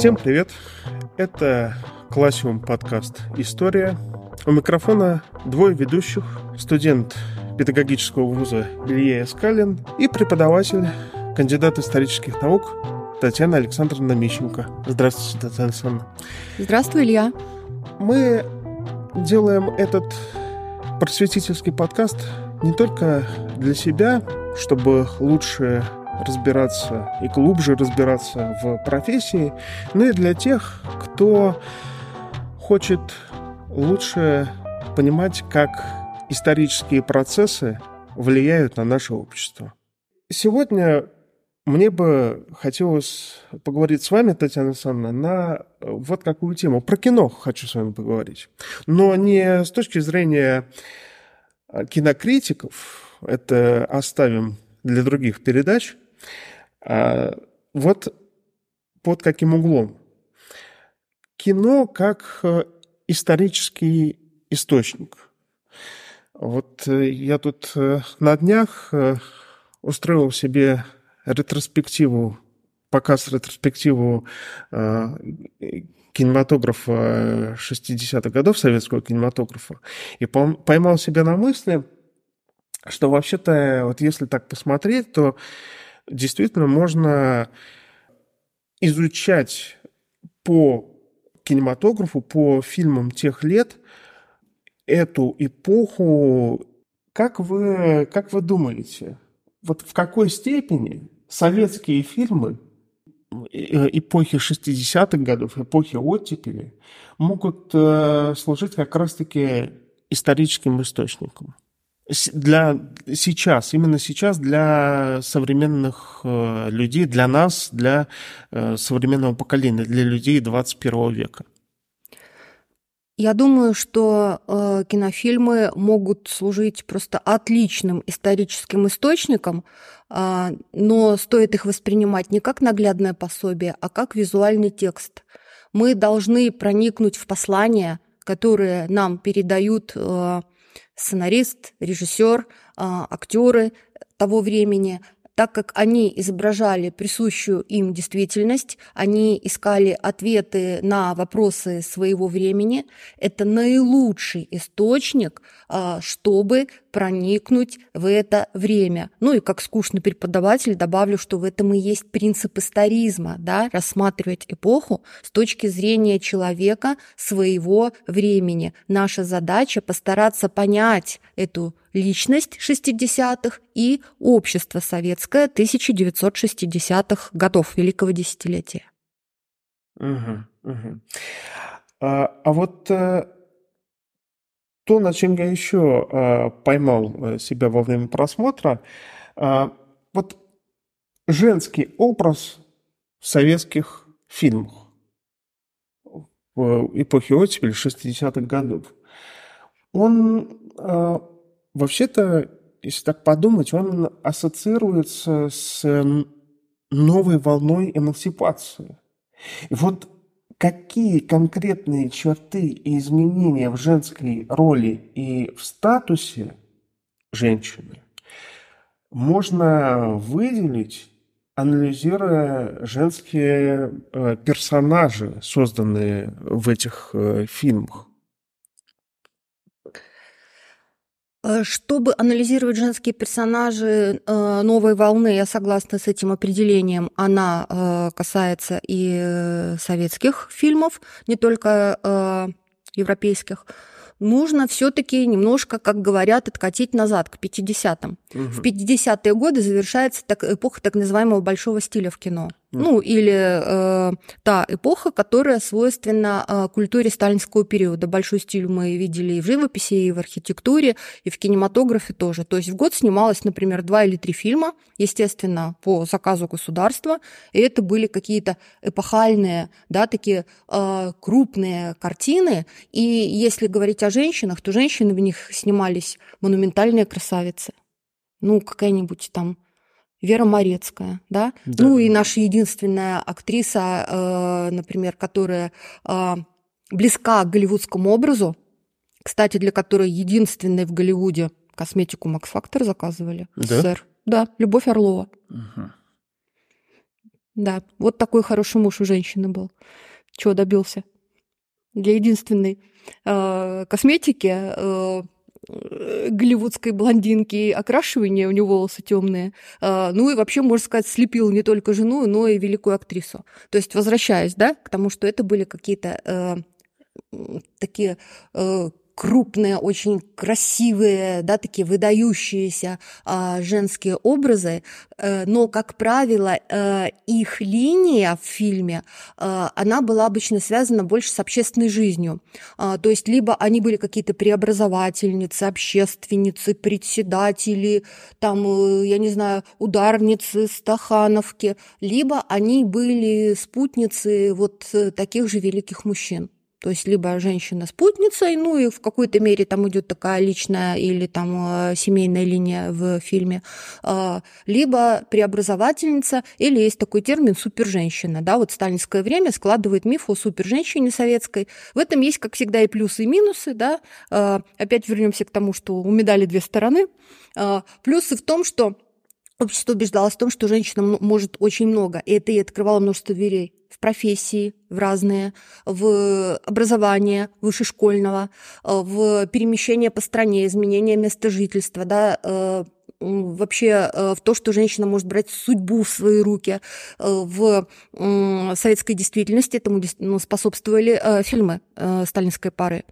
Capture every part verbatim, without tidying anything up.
Всем привет! Это Классиум подкаст «История». У микрофона двое ведущих, студент педагогического вуза Илья Искалин и преподаватель, кандидат исторических наук Татьяна Александровна Мищенко. Здравствуйте, Татьяна Александровна. Здравствуй, Илья. Мы делаем этот просветительский подкаст не только для себя, чтобы лучше разбираться и глубже разбираться в профессии, но и для тех, кто хочет лучше понимать, как исторические процессы влияют на наше общество. Сегодня мне бы хотелось поговорить с вами, Татьяна Александровна, на вот какую тему. Про кино хочу с вами поговорить. Но не с точки зрения кинокритиков, это оставим для других передач, а вот под каким углом. Кино как исторический источник. Вот я тут на днях устроил себе ретроспективу, показ ретроспективу кинематографа шестидесятых годов, советского кинематографа, и поймал себя на мысли, что вообще-то, вот если так посмотреть, то действительно можно изучать по кинематографу, по фильмам тех лет эту эпоху. Как вы, как вы думаете, вот в какой степени советские фильмы эпохи шестидесятых годов, эпохи оттепели могут служить как раз-таки историческим источником? Для сейчас, именно сейчас для современных э, людей, для нас, для э, современного поколения, для людей двадцать первого века? Я думаю, что э, кинофильмы могут служить просто отличным историческим источником, э, но стоит их воспринимать не как наглядное пособие, а как визуальный текст. Мы должны проникнуть в послания, которые нам передают э, сценарист, режиссер, актеры того времени, так как они изображали присущую им действительность, они искали ответы на вопросы своего времени. Это наилучший источник, чтобы проникнуть в это время. Ну и как скучный преподаватель добавлю, что в этом и есть принцип историзма, да, рассматривать эпоху с точки зрения человека своего времени. Наша задача постараться понять эту личность шестидесятых и общество советское тысяча девятьсот шестидесятых годов, великого десятилетия. Угу, угу. А, а вот а, то, над чем я еще а, поймал себя во время просмотра, а, вот женский образ в советских фильмах в эпохе оттепели шестидесятых годов, он... А, вообще-то, если так подумать, он ассоциируется с новой волной эмансипации. И вот какие конкретные черты и изменения в женской роли и в статусе женщины можно выделить, анализируя женские персонажи, созданные в этих фильмах? Чтобы анализировать женские персонажи новой волны, я согласна с этим определением, она касается и советских фильмов, не только европейских. Нужно все-таки немножко, как говорят, откатить назад, к пятидесятым. Угу. В пятидесятые годы завершается так, эпоха так называемого большого стиля в кино. Угу. Ну, или э, та эпоха, которая свойственна э, культуре сталинского периода. Большой стиль мы видели и в живописи, и в архитектуре, и в кинематографе тоже. То есть в год снималось, например, два или три фильма, естественно, по заказу государства, и это были какие-то эпохальные, да, такие э, крупные картины. И если говорить о женщинах, то женщины в них снимались монументальные красавицы. Ну, какая-нибудь там Вера Морецкая, да? Да. Ну и наша единственная актриса, э, например, которая э, близка к голливудскому образу, кстати, для которой единственной в Голливуде косметику Макс Фактор заказывали. Да? СССР. Да, Любовь Орлова. Угу. Да, вот такой хороший муж у женщины был. Чего добился? Для единственной э, косметики э, голливудской блондинки окрашивания, у него волосы темные. Э, ну и вообще, можно сказать, слепил не только жену, но и великую актрису. То есть, возвращаясь, да, к тому, что это были какие-то э, такие... Э, крупные, очень красивые, да, такие выдающиеся а, женские образы, э, но, как правило, э, их линия в фильме, э, она была обычно связана больше с общественной жизнью. А, то есть либо они были какие-то преобразовательницы, общественницы, председатели, там, э, я не знаю, ударницы, стахановки, либо они были спутницы вот таких же великих мужчин. То есть либо женщина спутницей, ну и в какой-то мере там идет такая личная или там семейная линия в фильме, либо преобразовательница, или есть такой термин суперженщина. Да, вот сталинское время складывает миф о суперженщине советской. В этом есть, как всегда, и плюсы, и минусы. Да. Опять вернемся к тому, что у медали две стороны. Плюсы в том, что общество убеждалось в том, что женщина может очень много, и это ей открывало множество дверей в профессии, в разные, в образование высшешкольного, в перемещение по стране, изменение места жительства, да, вообще в то, что женщина может брать судьбу в свои руки. В советской действительности этому способствовали фильмы сталинской поры.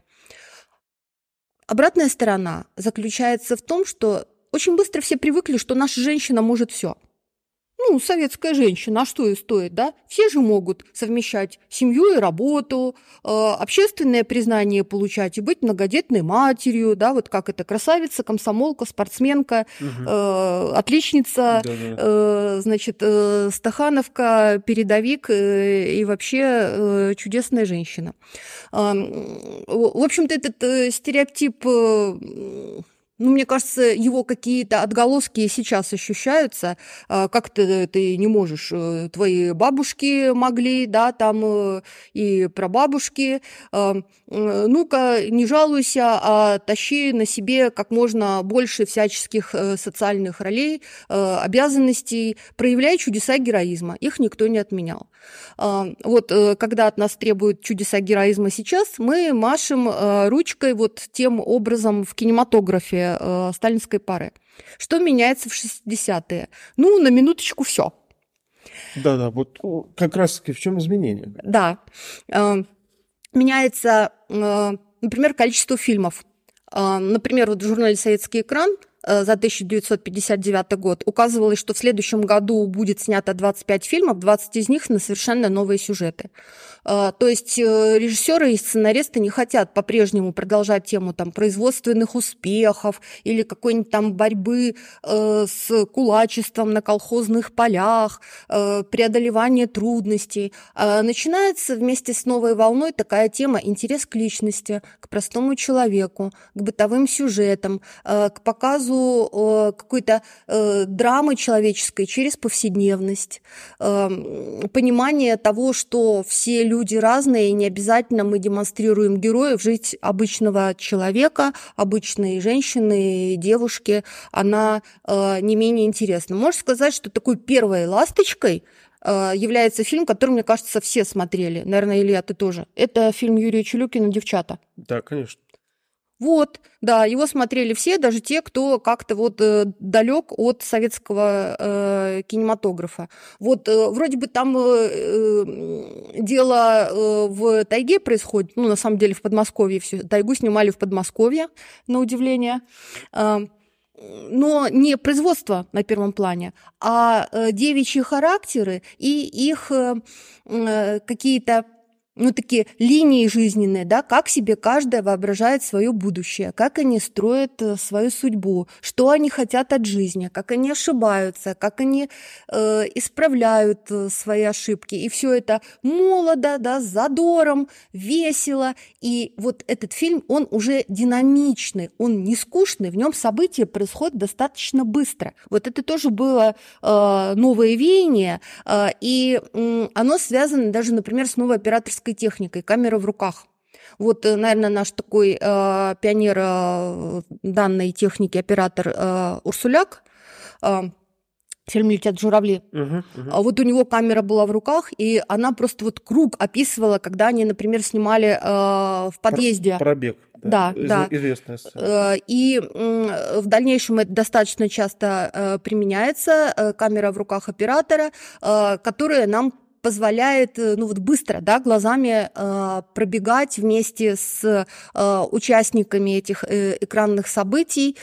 Обратная сторона заключается в том, что очень быстро все привыкли, что наша женщина может все. Ну, советская женщина, а что ей стоит, да? Все же могут совмещать семью и работу, э, общественное признание получать и быть многодетной матерью, да, вот как это, красавица, комсомолка, спортсменка, угу. э, отличница, э, значит, э, стахановка, передовик э, и вообще э, чудесная женщина. Э, в общем-то, этот э, стереотип... Э, Ну, мне кажется, его какие-то отголоски сейчас ощущаются. Как-то ты не можешь. Твои бабушки могли, да, там и прабабушки. Ну-ка, не жалуйся, а тащи на себе как можно больше всяческих социальных ролей, обязанностей. Проявляй чудеса героизма. Их никто не отменял. Вот когда от нас требуют чудеса героизма сейчас, мы машем ручкой вот тем образом в кинематографе сталинской поры. Что меняется в шестидесятые? Ну, на минуточку все. Да-да, вот как раз-таки в чем изменение? Да. Меняется, например, количество фильмов. Например, вот в журнале «Советский экран» за тысяча девятьсот пятьдесят девятый год указывалось, что в следующем году будет снято двадцать пять фильмов, двадцать из них на совершенно новые сюжеты. То есть режиссеры и сценаристы не хотят по-прежнему продолжать тему там, производственных успехов или какой-нибудь там борьбы с кулачеством на колхозных полях, преодолевания трудностей. Начинается вместе с новой волной такая тема интерес к личности, к простому человеку, к бытовым сюжетам, к показу какой-то э, драмы человеческой через повседневность, э, понимание того, что все люди разные, и не обязательно мы демонстрируем героев. Жизнь обычного человека, обычной женщины, девушки, она э, не менее интересна. Можно сказать, что такой первой ласточкой э, является фильм, который, мне кажется, все смотрели. Наверное, Илья, ты тоже. Это фильм Юрия Чулюкина «Девчата». Да, конечно. Вот, да, его смотрели все, даже те, кто как-то вот э, далек от советского э, кинематографа. Вот э, вроде бы там э, дело э, в тайге происходит, ну, на самом деле в Подмосковье все. Тайгу снимали в Подмосковье, на удивление. Э, но не производство на первом плане, а э, девичьи характеры и их э, э, какие-то ну, такие линии жизненные, да, как себе каждая воображает свое будущее, как они строят свою судьбу, что они хотят от жизни, как они ошибаются, как они э, исправляют свои ошибки. И все это молодо, да, с задором, весело. И вот этот фильм, он уже динамичный, он не скучный, в нем события происходят достаточно быстро. Вот это тоже было э, новое веяние, э, и э, оно связано даже, например, с новой операторской техникой, камера в руках. Вот, наверное, наш такой э, пионер э, данной техники, оператор э, Урсуляк, э, фильм «Летят журавли». Uh-huh, uh-huh. А вот у него камера была в руках, и она просто вот круг описывала, когда они, например, снимали э, в подъезде. Пробег. Да, Из- да. Известная сцена. И в дальнейшем это достаточно часто применяется, камера в руках оператора, которая нам позволяет, ну вот быстро, да, глазами пробегать вместе с участниками этих экранных событий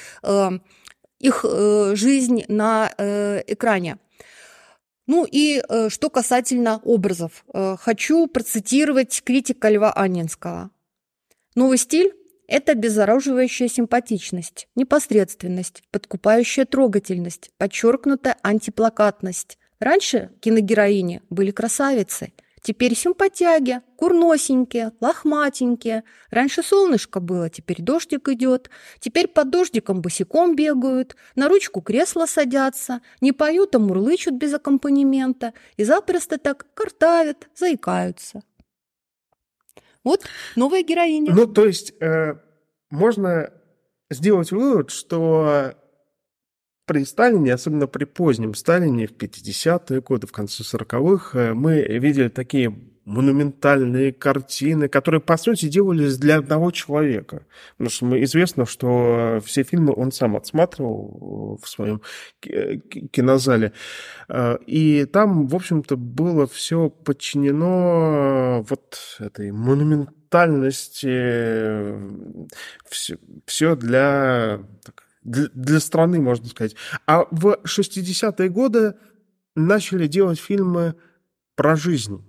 их жизнь на экране. Ну и что касательно образов. Хочу процитировать критика Льва Анненского. Новый стиль – это обезоруживающая симпатичность, непосредственность, подкупающая трогательность, подчеркнутая антиплакатность. Раньше киногероини были красавицы, теперь симпатяги, курносенькие, лохматенькие. Раньше солнышко было, теперь дождик идет. Теперь под дождиком босиком бегают, на ручку кресла садятся, не поют, а мурлычут без аккомпанемента и запросто так картавят, заикаются. Вот новая героиня. Ну, то есть э, можно сделать вывод, что при Сталине, особенно при позднем Сталине, в пятидесятые годы, в конце сороковых, э, мы видели такие монументальные картины, которые, по сути, делались для одного человека. Потому что мы, известно, что все фильмы он сам отсматривал в своем кинозале. И там, в общем-то, было все подчинено вот этой монументальности, все, все для, для страны, можно сказать. А в шестидесятые годы начали делать фильмы про жизнь.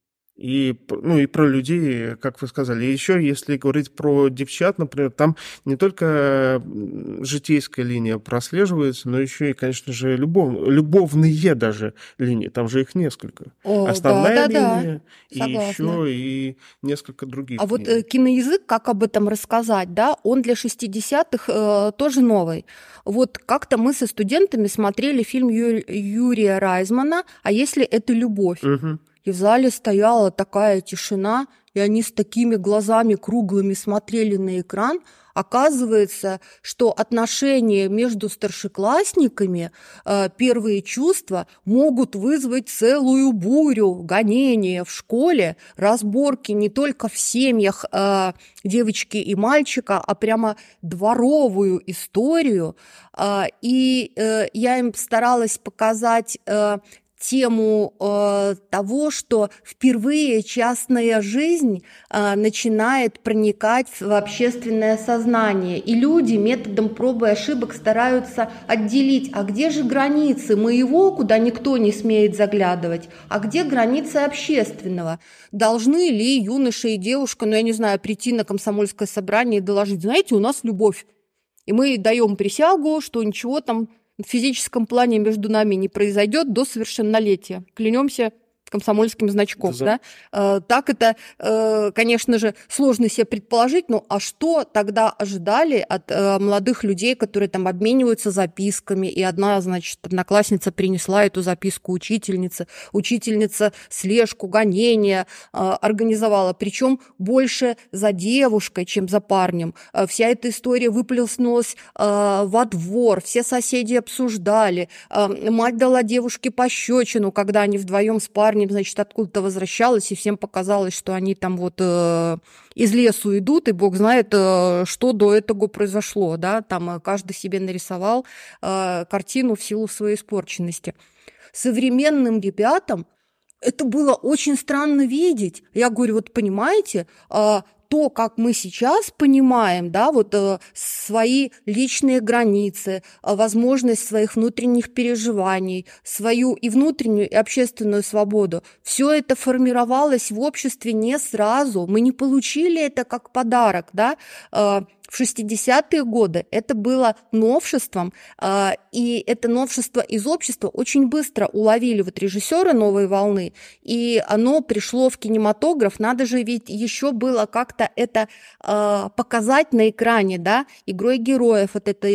И, ну, и про людей, как вы сказали. И еще, если говорить про девчат, например, там не только житейская линия прослеживается, но еще и, конечно же, любов, любовные даже линии. Там же их несколько. О, основная да, линия, да, и еще и несколько других. А линий. вот э, киноязык, как об этом рассказать, да, он для шестидесятых э, тоже новый. Вот как-то мы со студентами смотрели фильм Ю- Юрия Райзмана «А если это любовь?». Угу. И в зале стояла такая тишина, и они с такими глазами круглыми смотрели на экран. Оказывается, что отношения между старшеклассниками, э, первые чувства могут вызвать целую бурю, гонения в школе, разборки не только в семьях э, девочки и мальчика, а прямо дворовую историю. Э, и э, я им старалась показать э, тему э, того, что впервые частная жизнь э, начинает проникать в общественное сознание. И люди методом проб и ошибок стараются отделить, а где же границы моего, куда никто не смеет заглядывать, а где границы общественного. Должны ли юноша и девушка, ну я не знаю, прийти на комсомольское собрание и доложить, знаете, у нас любовь. И мы даем присягу, что ничего там в физическом плане между нами не произойдет до совершеннолетия. Клянемся комсомольским значком. За... Да? Э, так это, э, конечно же, сложно себе предположить, но а что тогда ожидали от э, молодых людей, которые там обмениваются записками, и одна, значит, одноклассница принесла эту записку учительнице, учительница слежку, гонения э, организовала, причем больше за девушкой, чем за парнем. Э, вся эта история выплеснулась э, во двор, все соседи обсуждали, э, мать дала девушке пощечину, когда они вдвоем с парнем, значит, откуда-то возвращалась, и всем показалось, что они там вот э, из лесу идут, и бог знает, э, что до этого произошло, да, там э, каждый себе нарисовал э, картину в силу своей испорченности. Современным ребятам это было очень странно видеть. Я говорю, вот понимаете, э, то, как мы сейчас понимаем, да, вот э, свои личные границы, э, возможность своих внутренних переживаний, свою и внутреннюю, и общественную свободу, все это формировалось в обществе не сразу. Мы не получили это как подарок, да. Э, в шестидесятые годы это было новшеством, э, и это новшество из общества очень быстро уловили вот режиссеры «Новой волны», и оно пришло в кинематограф. Надо же ведь еще было как-то это э, показать на экране, да, игрой героев, вот этой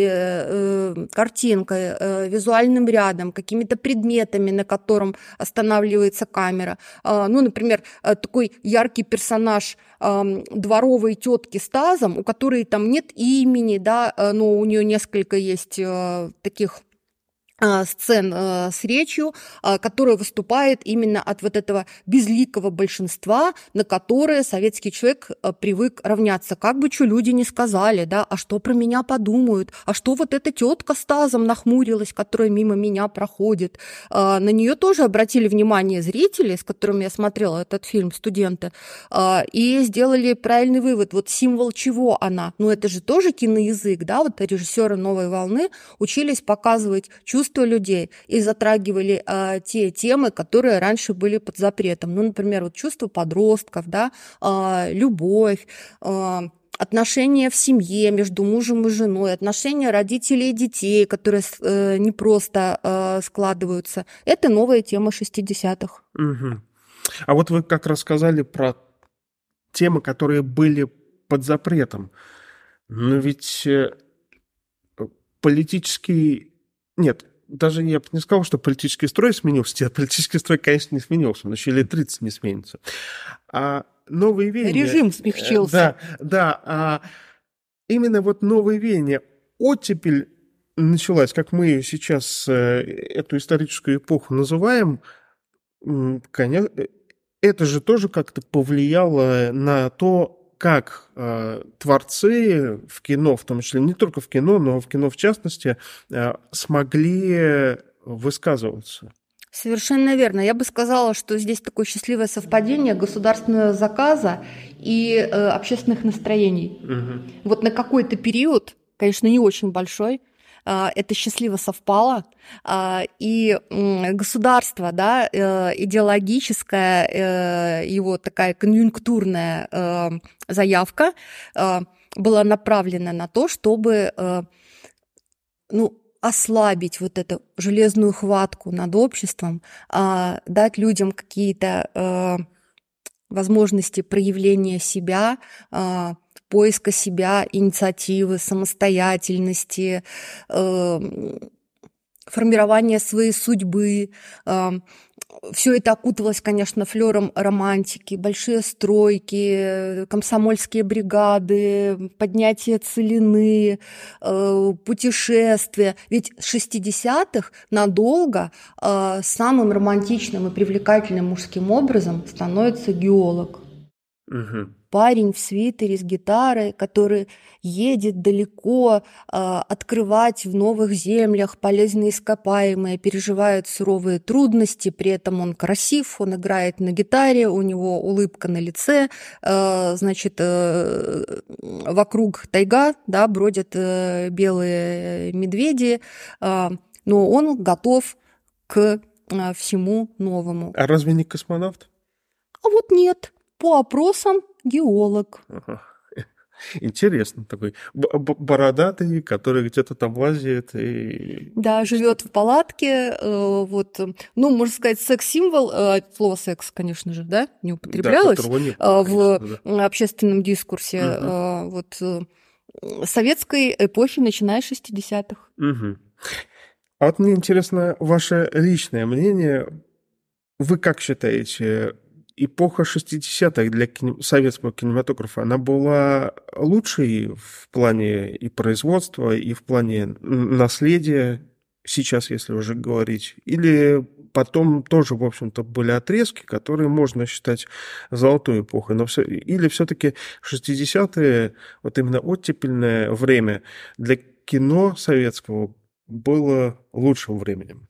э, картинкой, э, визуальным рядом, какими-то предметами, на котором останавливается камера. Э, ну, например, э, такой яркий персонаж э, дворовой тетки с тазом, у которой там нет имени, да, но у нее несколько есть э, таких сцен с речью, которая выступает именно от вот этого безликого большинства, на которое советский человек привык равняться. Как бы что люди не сказали, да, а что про меня подумают, а что вот эта тетка с тазом нахмурилась, которая мимо меня проходит. На нее тоже обратили внимание зрители, с которыми я смотрела этот фильм, студенты, и сделали правильный вывод. Вот символ чего она? Ну, это же тоже киноязык, да, вот режиссеры «Новой волны» учились показывать чувства людей и затрагивали а, те темы, которые раньше были под запретом. Ну, например, вот чувства подростков, да, а, любовь, а, отношения в семье между мужем и женой, отношения родителей и детей, которые а, не просто а, складываются. Это новая тема шестидесятых. Угу. А вот вы как рассказали про темы, которые были под запретом. Но ведь политический... Нет, даже я бы не сказал, что политический строй сменился. Политический строй, конечно, не сменился, он еще лет тридцать не сменится. А новые веяния... Режим смягчился. Да, да. А именно вот новые веяния, оттепель началась, как мы ее сейчас, эту историческую эпоху называем, конечно, это же тоже как-то повлияло на то, как э, творцы в кино, в том числе не только в кино, но в кино в частности, э, смогли высказываться. Совершенно верно. Я бы сказала, что здесь такое счастливое совпадение государственного заказа и э, общественных настроений. Угу. Вот на какой-то период, конечно, не очень большой, это счастливо совпало, и государство, да, идеологическая, его такая конъюнктурная заявка была направлена на то, чтобы, ну, ослабить вот эту железную хватку над обществом, дать людям какие-то возможности проявления себя, поиска себя, инициативы, самостоятельности, формирования своей судьбы. Все это окутывалось, конечно, флером романтики, большие стройки, комсомольские бригады, поднятие целины, путешествия. Ведь в шестидесятых надолго самым романтичным и привлекательным мужским образом становится геолог. Угу. Парень в свитере с гитарой, который едет далеко, э, открывать в новых землях полезные ископаемые, переживает суровые трудности, при этом он красив, он играет на гитаре, у него улыбка на лице, э, значит, э, вокруг тайга, да, бродят э, белые медведи, э, но он готов к э, всему новому. А разве не космонавт? А вот нет. По опросам геолог. Ага. Интересно, такой бородатый, который где-то там лазит. И... Да, живет в палатке. Вот, ну, можно сказать, секс-символ. Слово секс, конечно же, да, не употреблялось, да, нет, конечно, в да. общественном дискурсе. Угу. Вот, советской эпохи, начиная с шестидесятых. Угу. А вот мне интересно ваше личное мнение. Вы как считаете, эпоха шестидесятых для кино... советского кинематографа, она была лучшей в плане и производства, и в плане наследия, сейчас, если уже говорить, или потом тоже, в общем-то, были отрезки, которые можно считать золотой эпохой, но все... или все-таки шестидесятые, вот именно оттепельное время для кино советского было лучшим временем?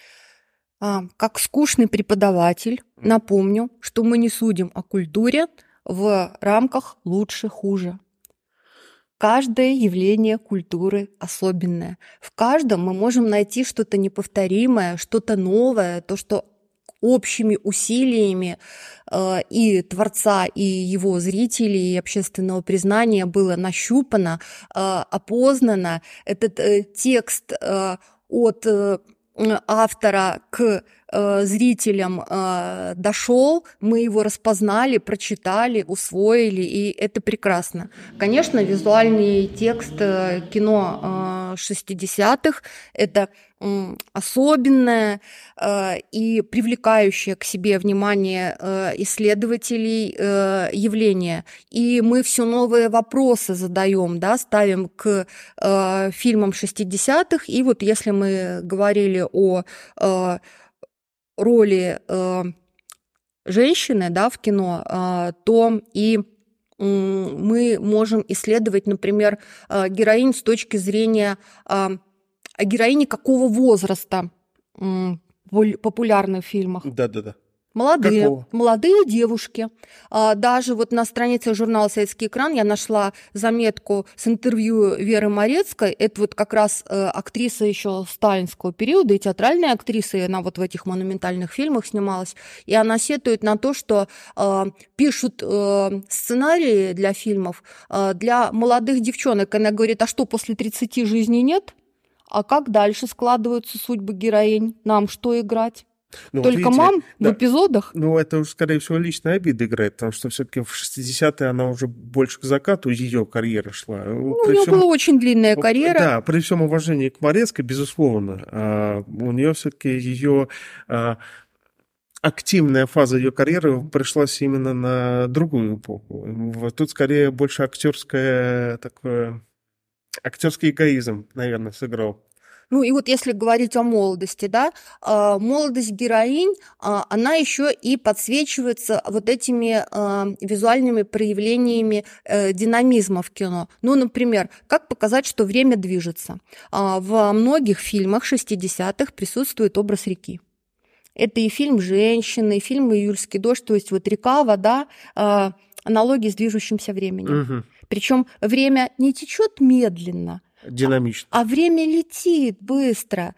Как скучный преподаватель напомню, что мы не судим о культуре в рамках лучше-хуже. Каждое явление культуры особенное. В каждом мы можем найти что-то неповторимое, что-то новое, то, что общими усилиями э, и творца, и его зрителей, и общественного признания было нащупано, э, опознано. Этот э, текст э, от... Э, автора к э, зрителям э, дошел, мы его распознали, прочитали, усвоили, и это прекрасно. Конечно, визуальный текст э, кино шестидесятых. Это особенное и привлекающее к себе внимание исследователей явление. И мы все новые вопросы задаем, да, ставим к фильмам шестидесятых. И вот если мы говорили о роли женщины, да, в кино, то и мы можем исследовать, например, героинь с точки зрения о героине какого возраста популярны в фильмах. Да-да-да. Молодые, Какого? молодые девушки. Даже вот на странице журнала «Советский экран» я нашла заметку с интервью Веры Морецкой. Это вот как раз актриса еще сталинского периода и театральная актриса, и она вот в этих монументальных фильмах снималась. И она сетует на то, что э, пишут э, сценарии для фильмов э, для молодых девчонок. Она говорит, а что, после тридцати жизни нет? А как дальше складываются судьбы героинь? Нам что играть? Ну, Только вот видите, мам да, в эпизодах? Ну, это, скорее всего, личная обида играет, потому что все-таки в шестидесятые она уже больше к закату ее карьера шла. Ну, у нее всем... была очень длинная карьера. Да, при всем уважении к Морецкой, безусловно. А у нее все-таки ее а, активная фаза ее карьеры пришлась именно на другую эпоху. Тут скорее больше актерское такое... Актерский эгоизм, наверное, сыграл. Ну и вот если говорить о молодости, да, молодость героинь, она еще и подсвечивается вот этими визуальными проявлениями динамизма в кино. Ну, например, как показать, что время движется. Во многих фильмах шестидесятых присутствует образ реки. Это и фильм «Женщины», и фильм «Июльский дождь», то есть вот река, вода, аналогии с движущимся временем. Угу. Причем время не течет медленно, динамично, а, а время летит быстро.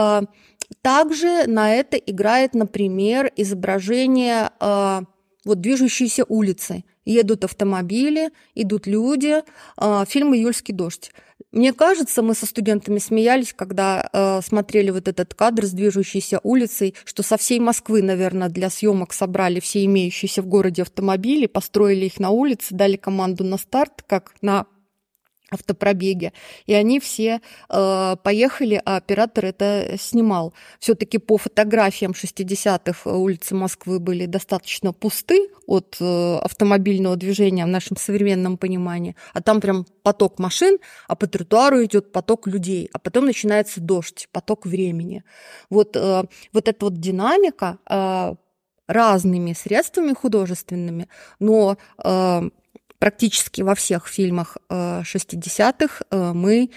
Также на это играет, например, изображение вот движущейся улицы. Едут автомобили, идут люди. Фильм «Июльский дождь». Мне кажется, мы со студентами смеялись, когда э, смотрели вот этот кадр с движущейся улицей, что со всей Москвы, наверное, для съемок собрали все имеющиеся в городе автомобили, построили их на улице, дали команду на старт, как на автопробеге, и они все э, поехали, а оператор это снимал. Все-таки по фотографиям шестидесятых улицы Москвы были достаточно пусты от э, автомобильного движения в нашем современном понимании, а там прям поток машин, а по тротуару идет поток людей, а потом начинается дождь, поток времени. Вот, э, вот эта вот динамика э, разными средствами художественными, но э, практически во всех фильмах шестидесятых мы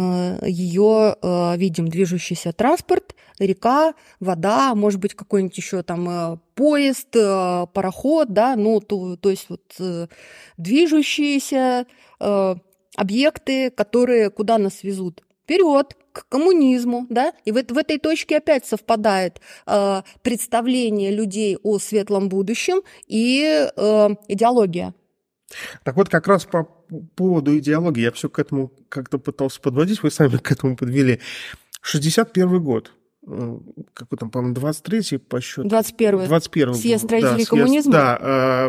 ее видим. Движущийся транспорт, река, вода, может быть, какой-нибудь еще там поезд, пароход, да, ну, то, то есть вот движущиеся объекты, которые куда нас везут? Вперед, к коммунизму, да, и в, в этой точке опять совпадает э, представление людей о светлом будущем и э, идеология. Так вот, как раз по поводу идеологии, я все к этому как-то пытался подводить, вы сами к этому подвели. шестьдесят первый год, какой там, по-моему, двадцать третий по счету. двадцать первый. двадцать первый. Съезд строителей да, коммунизма. Да,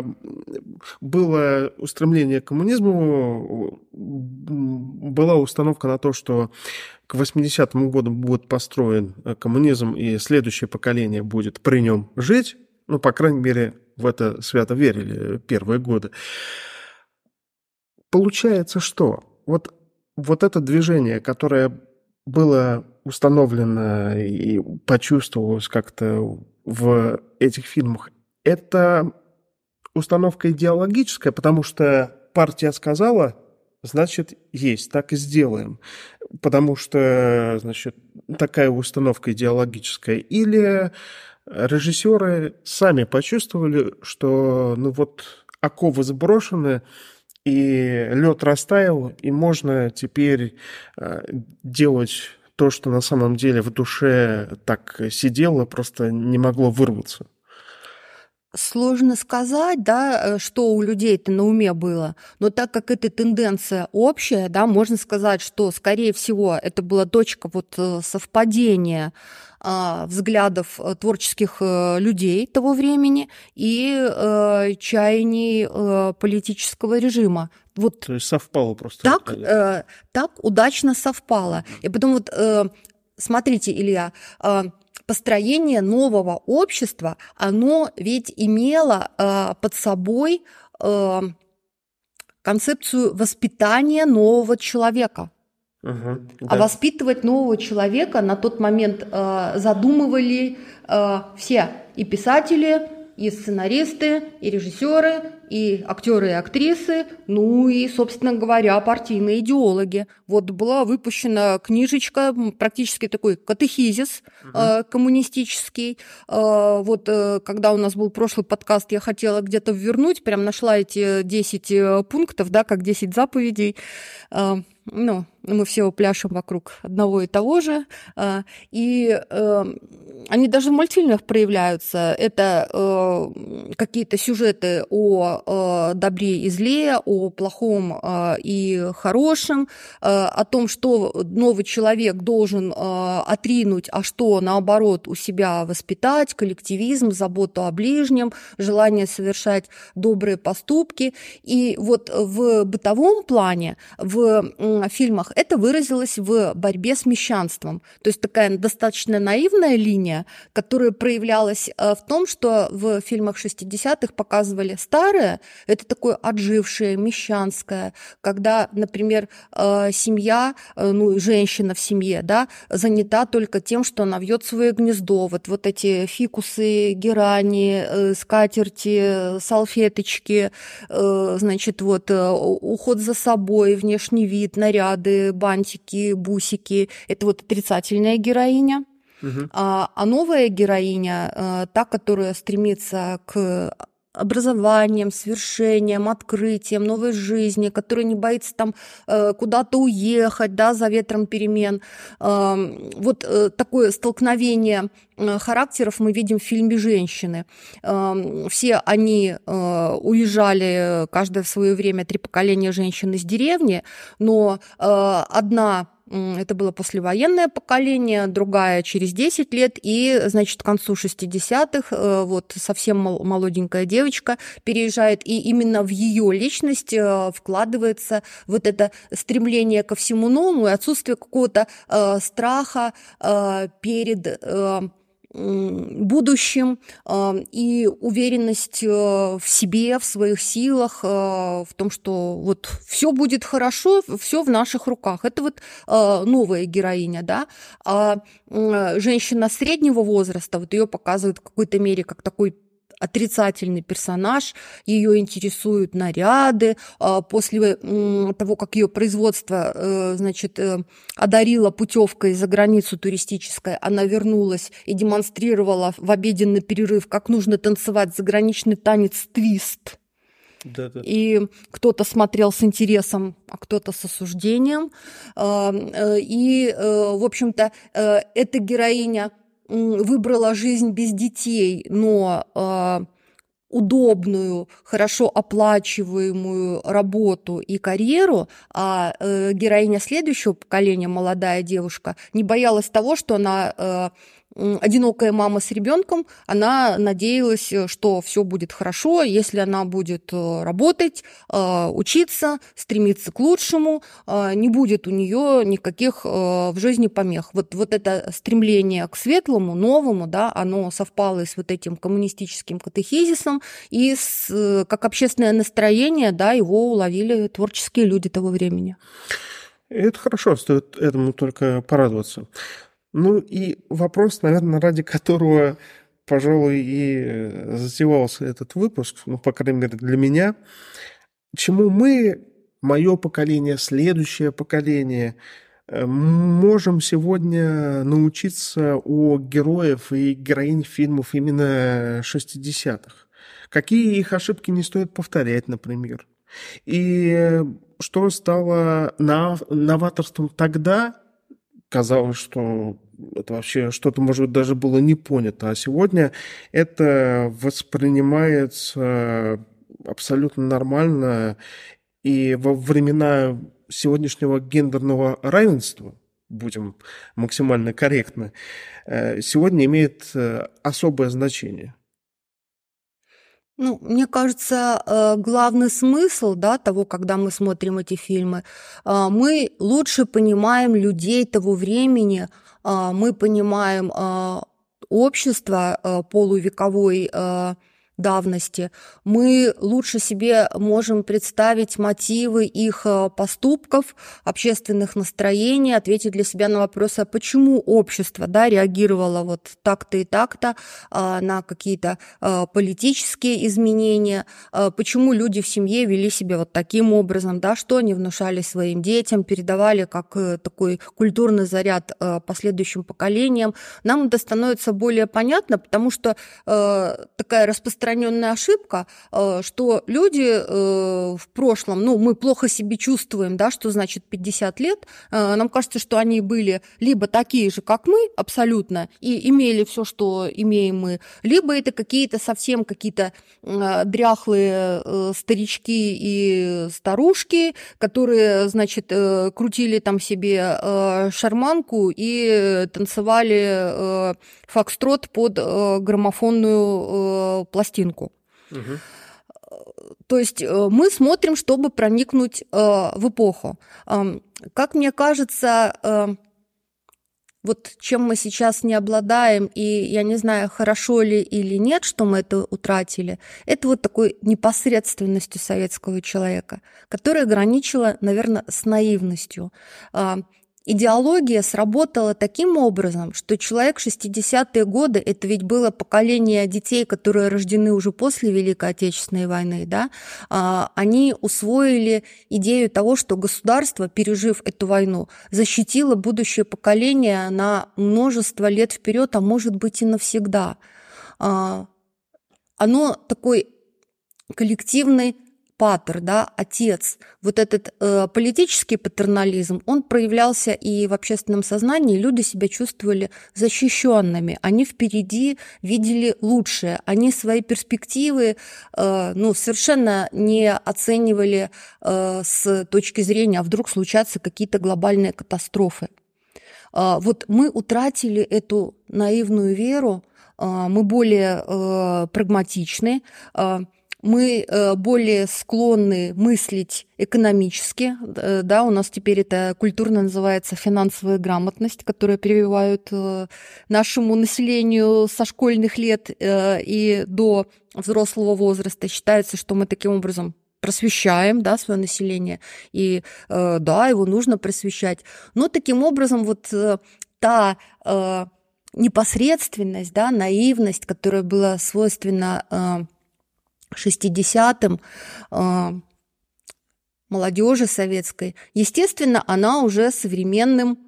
было устремление к коммунизму, была установка на то, что к восьмидесятому году будет построен коммунизм, и следующее поколение будет при нем жить. Ну, по крайней мере, в это свято верили первые годы. Получается, что вот, вот это движение, которое было установлено и почувствовалось как-то в этих фильмах, это установка идеологическая, потому что партия сказала, значит, есть, так и сделаем. Потому что, значит, такая установка идеологическая. Или режиссеры сами почувствовали, что ну вот оковы сброшены, и лед растаял, и можно теперь делать то, что на самом деле в душе так сидело, просто не могло вырваться. Сложно сказать, да, что у людей-то на уме было, но так как эта тенденция общая, да, можно сказать, что, скорее всего, это была точка вот совпадения а, взглядов творческих людей того времени и а, чаяний а, политического режима. Вот То есть совпало просто. Так, э, так удачно совпало. И потом вот, э, смотрите, Илья, э, построение нового общества, оно ведь имело э, под собой э, концепцию воспитания нового человека. Ага, А да. воспитывать нового человека на тот момент э, задумывали э, все, и писатели, и сценаристы, и режиссеры, и актеры, и актрисы, ну и, собственно говоря, партийные идеологи. Вот была выпущена книжечка, практически такой катехизис э, коммунистический. Э, вот э, когда у нас был прошлый подкаст, я хотела где-то вернуть, прям нашла эти десять пунктов, да, как десять заповедей. Э, ну, мы все пляшем вокруг одного и того же. Э, и э, они даже в мультфильмах проявляются. Это э, какие-то сюжеты о э, добре и зле, о плохом э, и хорошем, э, о том, что новый человек должен э, отринуть, а что, наоборот, у себя воспитать, коллективизм, заботу о ближнем, желание совершать добрые поступки. И вот в бытовом плане, в э, фильмах это выразилось в борьбе с мещанством. То есть такая достаточно наивная линия, которая проявлялась в том, что в фильмах шестидесятых показывали старое, это такое отжившее, мещанское, когда, например, семья, ну, женщина в семье, да, занята только тем, что она вьет свое гнездо, вот, вот эти фикусы, герани, скатерти, салфеточки, значит, вот, уход за собой, внешний вид, наряды, бантики, бусики, это вот отрицательная героиня. Uh-huh. А, а новая героиня, та, которая стремится к образованием, свершением, открытием, новой жизни, которая не боится там куда-то уехать, да, за ветром перемен. Вот такое столкновение характеров мы видим в фильме «Женщины». Все они уезжали, каждое в свое время, три поколения женщин из деревни, но одна... Это было послевоенное поколение, другая через десять лет, и, значит, к концу шестидесятых вот совсем молоденькая девочка переезжает, и именно в ее личность вкладывается вот это стремление ко всему новому и отсутствие какого-то страха перед будущем и уверенность в себе, в своих силах, в том, что вот все будет хорошо, все в наших руках. Это вот новая героиня, да. А женщина среднего возраста, вот ее показывают в какой-то мере как такой отрицательный персонаж, ее интересуют наряды. После того, как ее производство, значит, одарило путевкой за границу туристической, она вернулась и демонстрировала в обеденный перерыв, как нужно танцевать заграничный танец твист. Да-да. И кто-то смотрел с интересом, а кто-то с осуждением. И, в общем-то, эта героиня выбрала жизнь без детей, но э, удобную, хорошо оплачиваемую работу и карьеру, а э, героиня следующего поколения, молодая девушка, не боялась того, что она... Э, одинокая мама с ребенком, она надеялась, что все будет хорошо, если она будет работать, учиться, стремиться к лучшему, не будет у нее никаких в жизни помех. Вот, вот это стремление к светлому, новому, да, оно совпало с вот этим коммунистическим катехизисом, и с, как общественное настроение, да, его уловили творческие люди того времени. Это хорошо, стоит этому только порадоваться. Ну и вопрос, наверное, ради которого, пожалуй, и затевался этот выпуск, ну, по крайней мере, для меня, чему мы, мое поколение, следующее поколение, можем сегодня научиться у героев и героинь фильмов именно шестидесятых. Какие их ошибки не стоит повторять, например. И что стало новаторством тогда, казалось, что это вообще что-то, может быть, даже было не понято. А сегодня это воспринимается абсолютно нормально. И во времена сегодняшнего гендерного равенства, будем максимально корректны, сегодня имеет особое значение. Ну, мне кажется, главный смысл, да, того, когда мы смотрим эти фильмы, мы лучше понимаем людей того времени, мы понимаем общество полувековой давности, мы лучше себе можем представить мотивы их поступков, общественных настроений, ответить для себя на вопрос, а почему общество, да, реагировало вот так-то и так-то на какие-то политические изменения, почему люди в семье вели себя вот таким образом, да, что они внушали своим детям, передавали как такой культурный заряд последующим поколениям. Нам это становится более понятно, потому что такая распространенная распространенная ошибка, что люди в прошлом, ну, мы плохо себя чувствуем, да, что значит пятьдесят лет, нам кажется, что они были либо такие же, как мы, абсолютно, и имели все, что имеем мы, либо это какие-то совсем какие-то дряхлые старички и старушки, которые, значит, крутили там себе шарманку и танцевали фокстрот под граммофонную пластинку. Угу. То есть мы смотрим, чтобы проникнуть в эпоху. Как мне кажется, вот чем мы сейчас не обладаем, и я не знаю, хорошо ли или нет, что мы это утратили, это вот такой непосредственностью советского человека, которая граничила, наверное, с наивностью. Идеология сработала таким образом, что человек в шестидесятые годы, это ведь было поколение детей, которые рождены уже после Великой Отечественной войны, да, они усвоили идею того, что государство, пережив эту войну, защитило будущее поколение на множество лет вперед, а может быть и навсегда. Оно такой коллективный патер, да, отец, вот этот э, политический патернализм, он проявлялся и в общественном сознании, люди себя чувствовали защищенными, они впереди видели лучшее, они свои перспективы э, ну, совершенно не оценивали э, с точки зрения, а вдруг случатся какие-то глобальные катастрофы. Э, вот мы утратили эту наивную веру, э, мы более э, прагматичны, э, мы более склонны мыслить экономически, да, у нас теперь это культурно называется финансовая грамотность, которую прививают нашему населению со школьных лет и до взрослого возраста. Считается, что мы таким образом просвещаем, да, свое население, и да, его нужно просвещать. Но таким образом вот та непосредственность, да, наивность, которая была свойственна шестидесятым э, молодежи советской, естественно, она уже современным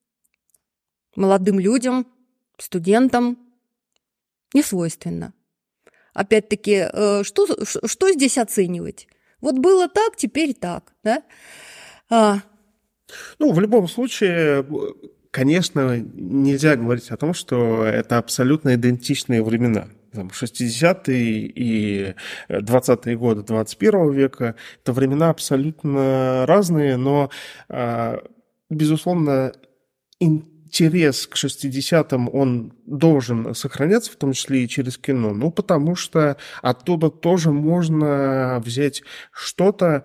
молодым людям, студентам не свойственна. Опять-таки, э, что, что здесь оценивать? Вот было так, теперь так, да? А. Ну, в любом случае, конечно, нельзя говорить о том, что это абсолютно идентичные времена. шестидесятые и двадцатые годы двадцать первого века – это времена абсолютно разные, но, безусловно, интерес к шестидесятым, он должен сохраняться, в том числе и через кино, ну, потому что оттуда тоже можно взять что-то,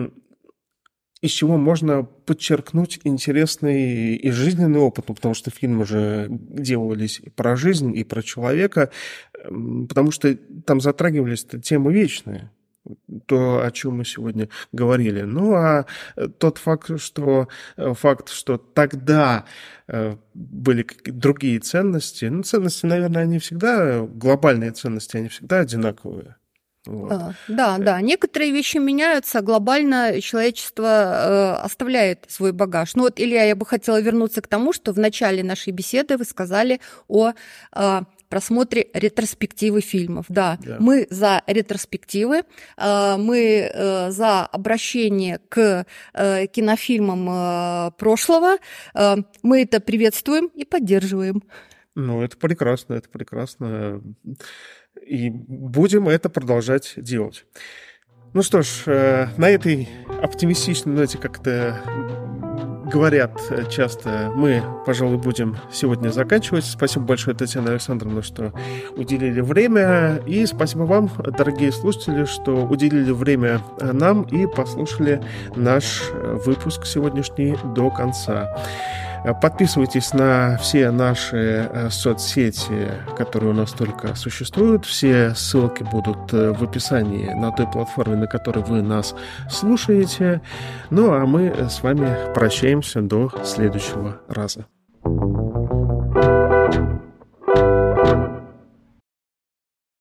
из чего можно подчеркнуть интересный и жизненный опыт, ну, потому что фильмы же делались и про жизнь, и про человека, потому что там затрагивались темы вечные, то, о чем мы сегодня говорили. Ну, а тот факт, что, факт, что тогда были другие ценности, ну, ценности, наверное, они всегда, глобальные ценности, они всегда одинаковые. Вот. Да, да, некоторые вещи меняются, глобально человечество э, оставляет свой багаж. Ну вот, Илья, я бы хотела вернуться к тому, что в начале нашей беседы вы сказали о э, просмотре ретроспективы фильмов. Да, да. Мы за ретроспективы, мы за обращение к кинофильмам прошлого. Мы это приветствуем и поддерживаем. Ну, это прекрасно, это прекрасно. И будем это продолжать делать. Ну что ж, на этой оптимистичной ноте, как-то говорят часто, мы, пожалуй, будем сегодня заканчивать. Спасибо большое, Татьяна Александровна, что уделили время. И спасибо вам, дорогие слушатели, что уделили время нам и послушали наш выпуск сегодняшний до конца. Подписывайтесь на все наши соцсети, которые у нас только существуют. Все ссылки будут в описании на той платформе, на которой вы нас слушаете. Ну, а мы с вами прощаемся до следующего раза.